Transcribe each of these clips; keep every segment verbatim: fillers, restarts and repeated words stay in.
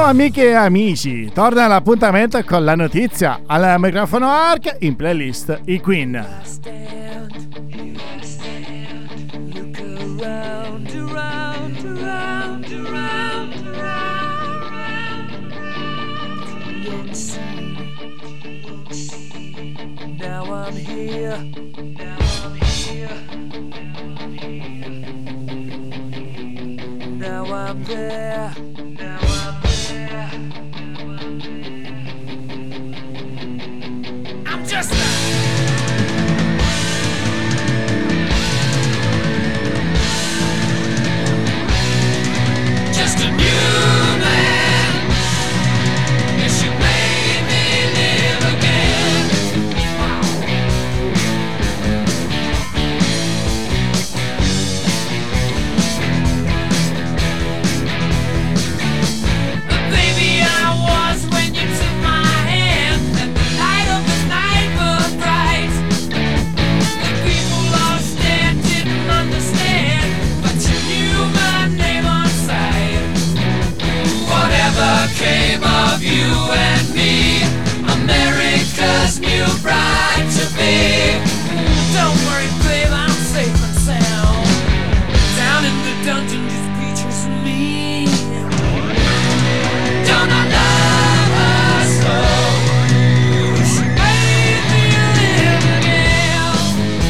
amiche e amici, torna all'appuntamento con la notizia. Al microfono Ark, in playlist i Queen. Now I'm here. Now I'm here. Now I'm there. Now I'm there. I'm just just a new man. Yes, you made me live again. Baby, I was when you took my hand, and the light of the night burned bright. The people lost and didn't understand, but you knew my name on sight. Whatever came of you and me, America's new bride to be. Don't worry, babe, I'm safe and sound. Down in the dungeon, just creatures for me. Don't I love her so? She made me live again.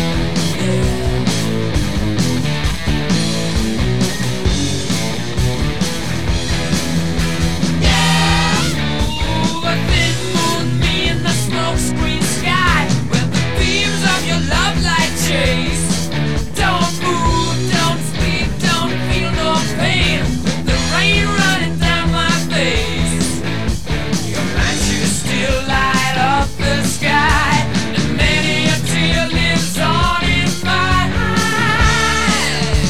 Yeah. Ooh, a thin moon, me in the smoke screen sky, where the beams of your love light chase. Don't move, don't speak, don't feel no pain. The rain running down my face. Your matches still light up the sky, and many a tear lives on in my eyes.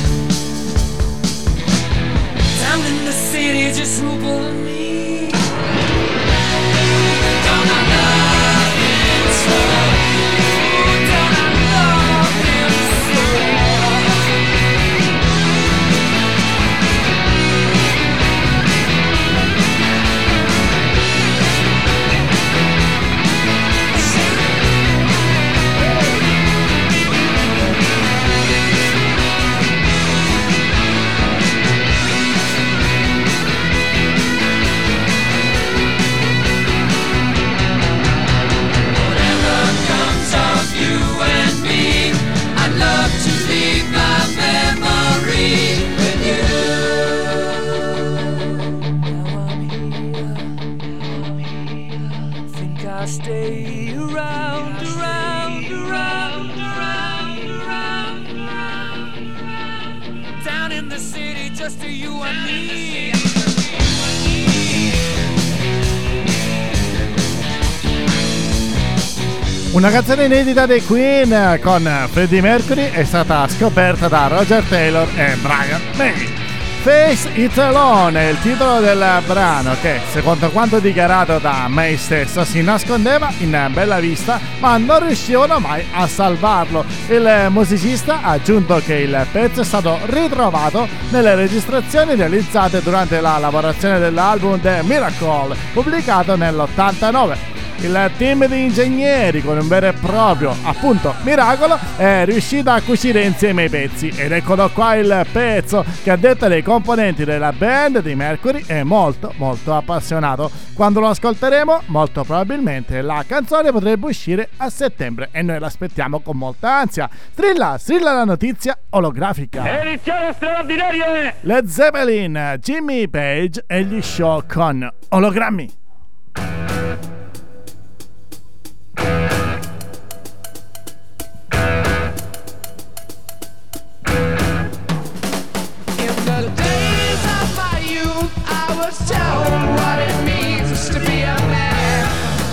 Down in the city, just who but me. Don't I love him so? Don't I love him so? Whatever comes of you and me, I'd love to leave my memory with you. Now I'm here. Think I'll stay around, around, around, around, around, around. Down in the city, just to you and me. Una canzone inedita dei Queen con Freddie Mercury è stata scoperta da Roger Taylor e Brian May. Face It Alone è il titolo del brano che, secondo quanto dichiarato da May stesso, si nascondeva in bella vista ma non riuscivano mai a salvarlo. Il musicista ha aggiunto che il pezzo è stato ritrovato nelle registrazioni realizzate durante la lavorazione dell'album The Miracle, pubblicato nell'ottantanove. Il team di ingegneri, con un vero e proprio, appunto, miracolo, è riuscito a cucire insieme i pezzi. Ed eccolo qua il pezzo che, a detta dei componenti della band di Mercury, è molto molto appassionato. Quando lo ascolteremo, molto probabilmente la canzone potrebbe uscire a settembre e noi l'aspettiamo con molta ansia. Strilla, strilla la notizia olografica. Edizione straordinaria! Led Zeppelin, Jimmy Page e gli Show con ologrammi. What it means to be a man.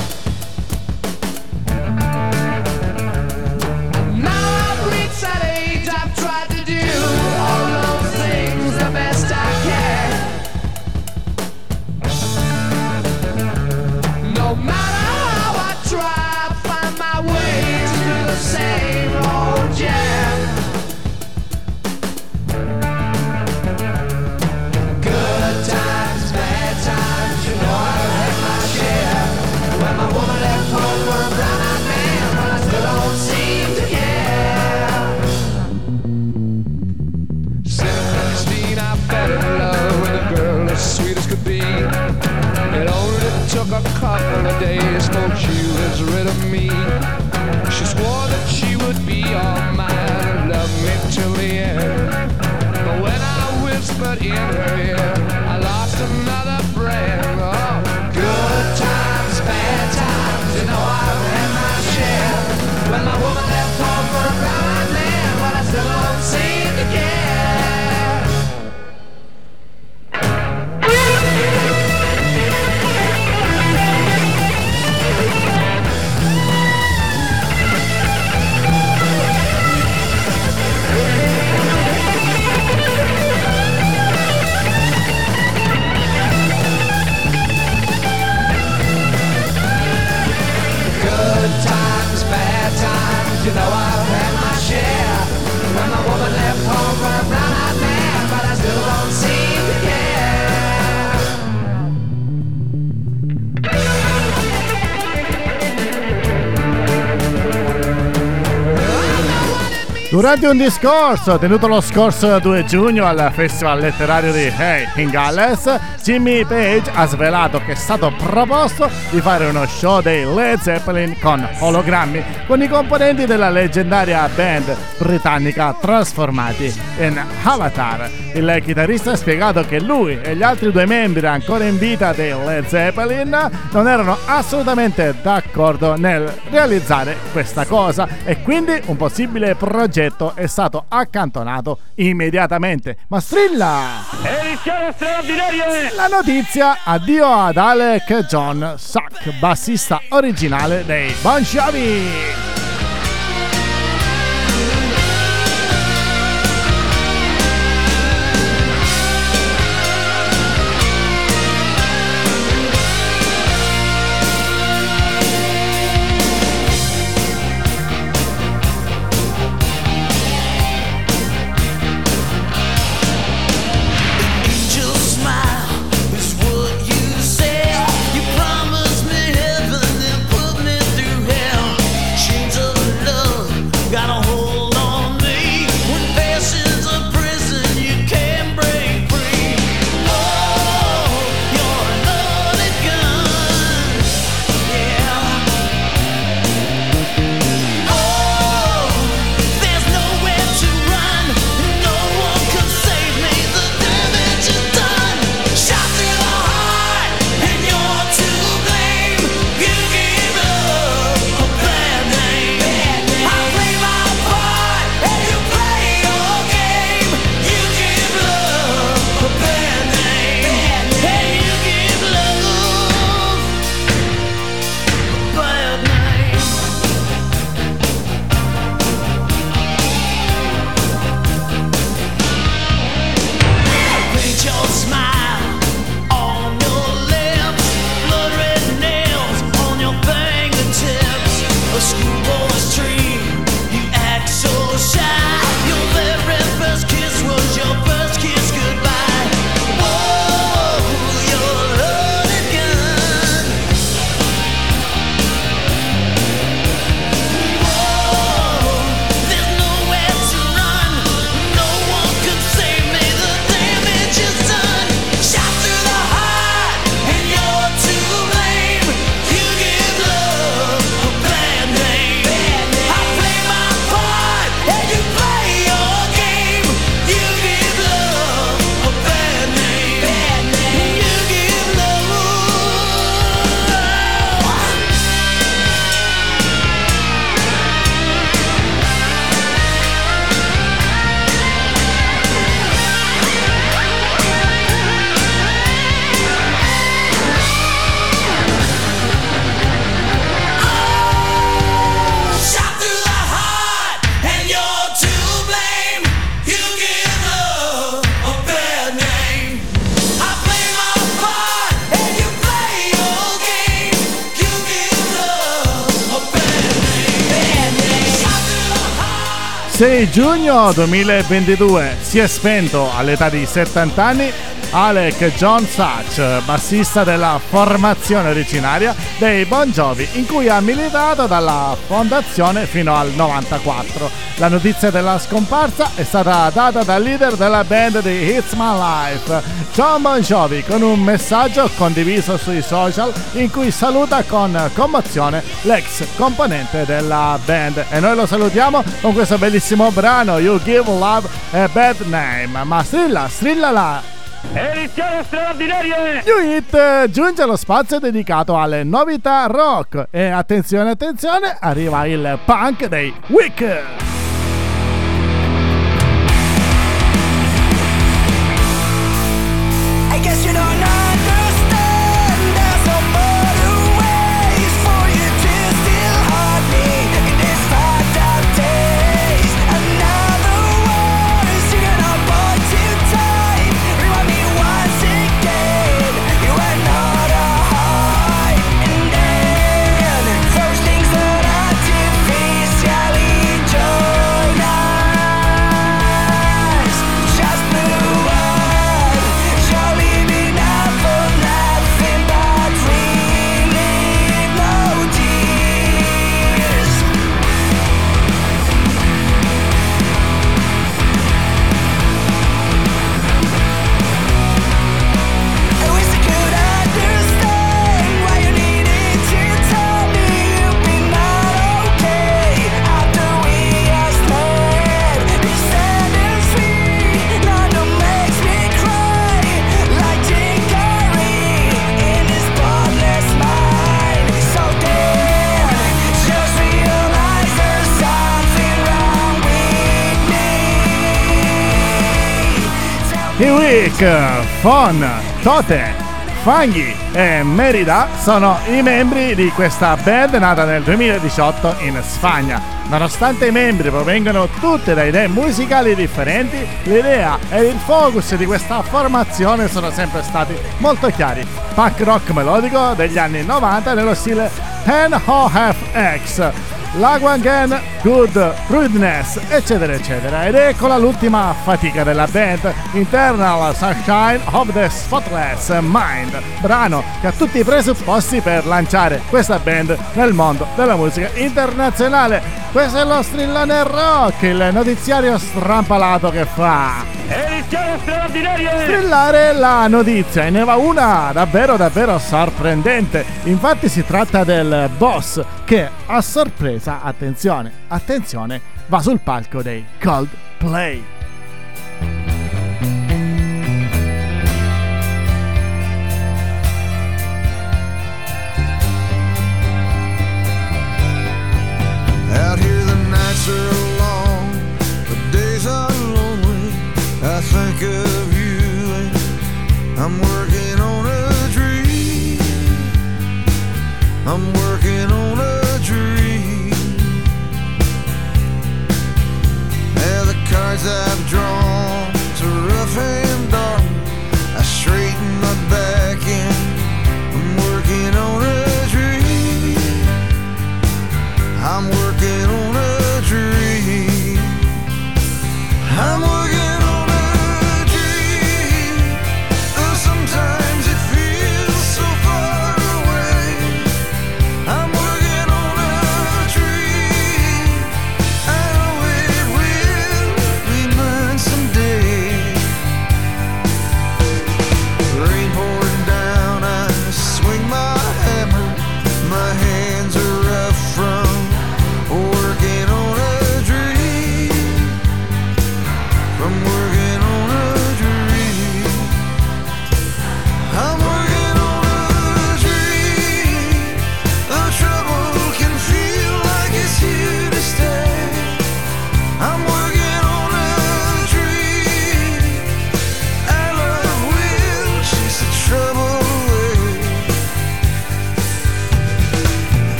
Now I've reached that age, I've tried to do all those things the best I can. days, spoke she was rid of me. She swore that she would be all mine and love me till the end. But when I whispered in her ear, I lost another friend. Oh, good times, bad times, you know I've had my share. When my woman left home for a brown-eyed man, but I still don't seem to care. You know I've had my share. When my woman left home for a brown-eyed man, but I still don't seem to care. Durante un discorso tenuto lo scorso due giugno al Festival Letterario di Hay in Galles, Jimmy Page ha svelato che è stato proposto di fare uno show dei Led Zeppelin con ologrammi, con i componenti della leggendaria band britannica trasformati in avatar. Il chitarrista ha spiegato che lui e gli altri due membri ancora in vita dei Led Zeppelin non erano assolutamente d'accordo nel realizzare questa cosa e quindi un possibile progetto è stato accantonato immediatamente. Ma strilla! Edizione straordinaria! La notizia: addio ad Alec John Suck, bassista originale dei Bon Jovi. sei giugno duemilaventidue si è spento all'età di settanta anni Alec John Such, bassista della formazione originaria dei Bon Jovi, in cui ha militato dalla fondazione fino al novantaquattro. La notizia della scomparsa è stata data dal leader della band di It's My Life, John Bon Jovi, con un messaggio condiviso sui social in cui saluta con commozione l'ex componente della band. E noi lo salutiamo con questo bellissimo brano You Give Love a Bad Name. Ma strilla, strilla là! Edizione straordinaria! New Hit giunge allo spazio dedicato alle novità rock e attenzione attenzione, arriva il punk dei Weak. I guess you don't understand. There's no better ways for you to still hurt me in this fucked up days. Another words you're gonna avoid too tight. Remind me once again you are not a heart. And then those things that artificially join us just blew up. You're leaving out for nothing but we need no tears. I wish I could understand why you needed to tell me you've been not okay after we are split. This sentence free, nothing makes me cry like chicory in this bloodless mind. So then, just realize there's something wrong with me. Tell me I Weak, Fon, Tote, Fanghi e Merida sono i membri di questa band nata nel duemiladiciotto in Spagna. Nonostante i membri provengano tutti da idee musicali differenti, l'idea e il focus di questa formazione sono sempre stati molto chiari. Punk rock melodico degli anni novanta nello stile N O F X, Lagwangen, Good Rudeness, eccetera eccetera. Ed eccola l'ultima fatica della band, Internal Sunshine of the Spotless Mind, brano che ha tutti i presupposti per lanciare questa band nel mondo della musica internazionale. Questo è lo Strillone Rock, il notiziario strampalato che fa Edizione straordinaria! strillare la notizia, e ne va una davvero davvero sorprendente. Infatti si tratta del boss che a sorpresa, attenzione, attenzione, va sul palco dei Coldplay. Out here the nights are long, the days are lonely. I think of you and I'm working on a dream. I'm working on a dream. Yeah, the cards I've drawn to rough and dark. I straighten my back and I'm working on a dream. I'm working on a dream. I'm working on a dream. Though sometimes it feels so far away. I'm working on a dream. I know it will be mine someday. Rain pouring down, I swing my hammer. My hands are rough from working on a dream.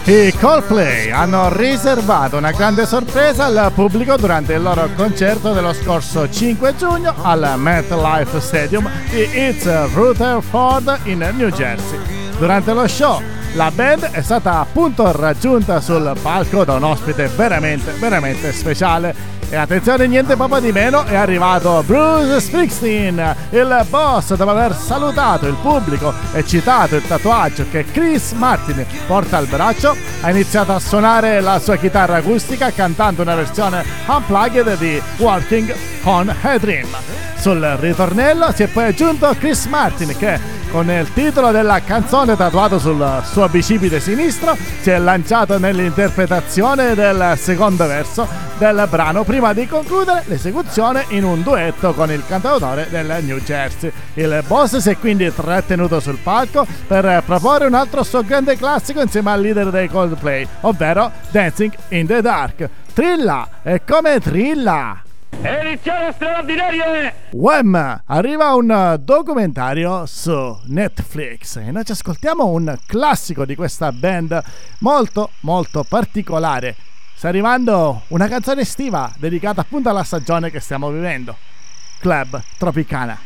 I Coldplay hanno riservato una grande sorpresa al pubblico durante il loro concerto dello scorso cinque giugno al MetLife Stadium di East Rutherford in New Jersey. Durante lo show la band è stata appunto raggiunta sul palco da un ospite veramente, veramente speciale. E attenzione, niente poco di meno, è arrivato Bruce Springsteen, il boss, dopo aver salutato il pubblico e citato il tatuaggio che Chris Martin porta al braccio, ha iniziato a suonare la sua chitarra acustica cantando una versione unplugged di Walking on a Dream. Sul ritornello si è poi aggiunto Chris Martin che, con il titolo della canzone tatuato sul suo bicipite sinistro, si è lanciato nell'interpretazione del secondo verso del brano prima di concludere l'esecuzione in un duetto con il cantautore del New Jersey. Il boss si è quindi trattenuto sul palco per proporre un altro suo grande classico insieme al leader dei Coldplay, ovvero Dancing in the Dark. Trilla! E come trilla! Edizione straordinaria! Wham! Arriva un documentario su Netflix e noi ci ascoltiamo un classico di questa band molto molto particolare. Sta arrivando una canzone estiva dedicata appunto alla stagione che stiamo vivendo. Club Tropicana.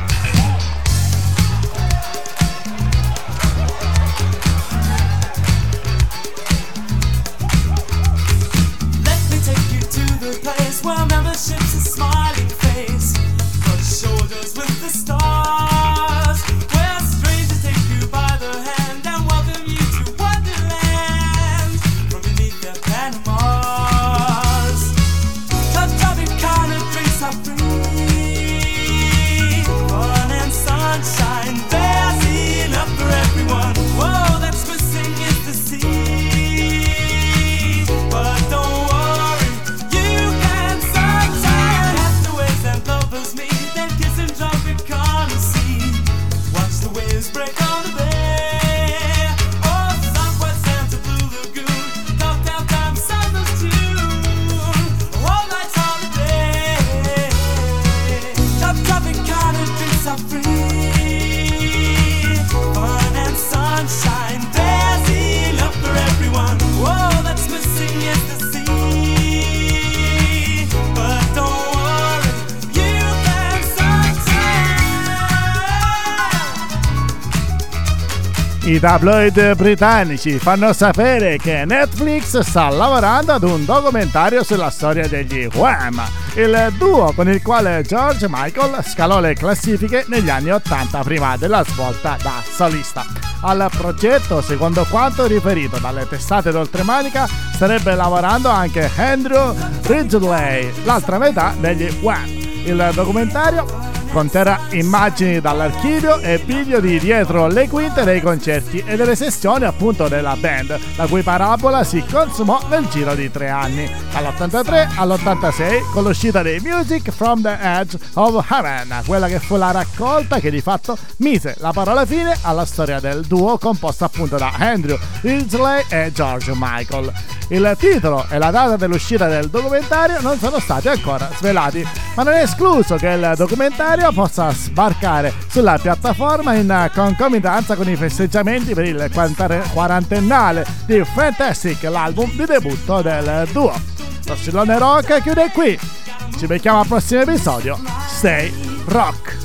Well, membership's a smiling face, but shoulders with the stars. Where strangers take you by the hand and welcome you to Wonderland from beneath their Panamas. The Tropicana drinks are free, fun and sunshine, there's enough for everyone. Whoa, that's missing is the sea, but don't break on the bay. Oh, Southwest Santa Blue Lagoon, Gulf downtown, Southern's tune. All night's holiday. Top Tropicana drinks are free. Fun and sunshine, there's enough for everyone. Whoa, that's missing is the sea. But don't worry, you can sunshine. I tabloid britannici fanno sapere che Netflix sta lavorando ad un documentario sulla storia degli Wham, il duo con il quale George Michael scalò le classifiche negli anni ottanta prima della svolta da solista. Al progetto, secondo quanto riferito dalle testate d'oltremanica, starebbe lavorando anche Andrew Ridgeley, l'altra metà degli Wham. Il documentario conterrà immagini dall'archivio e video di dietro le quinte dei concerti e delle sessioni appunto della band, la cui parabola si consumò nel giro di tre anni, dall'ottantatré all'ottantasei, con l'uscita di Music from the Edge of Heaven, quella che fu la raccolta che di fatto mise la parola fine alla storia del duo composto appunto da Andrew Ridgeley e George Michael. Il titolo e la data dell'uscita del documentario non sono stati ancora svelati, ma non è escluso che il documentario possa sbarcare sulla piattaforma in concomitanza con i festeggiamenti per il quarantennale di Fantastic, l'album di debutto del duo. Lo Stillone Rock chiude qui, ci becchiamo al prossimo episodio. Stay Rock!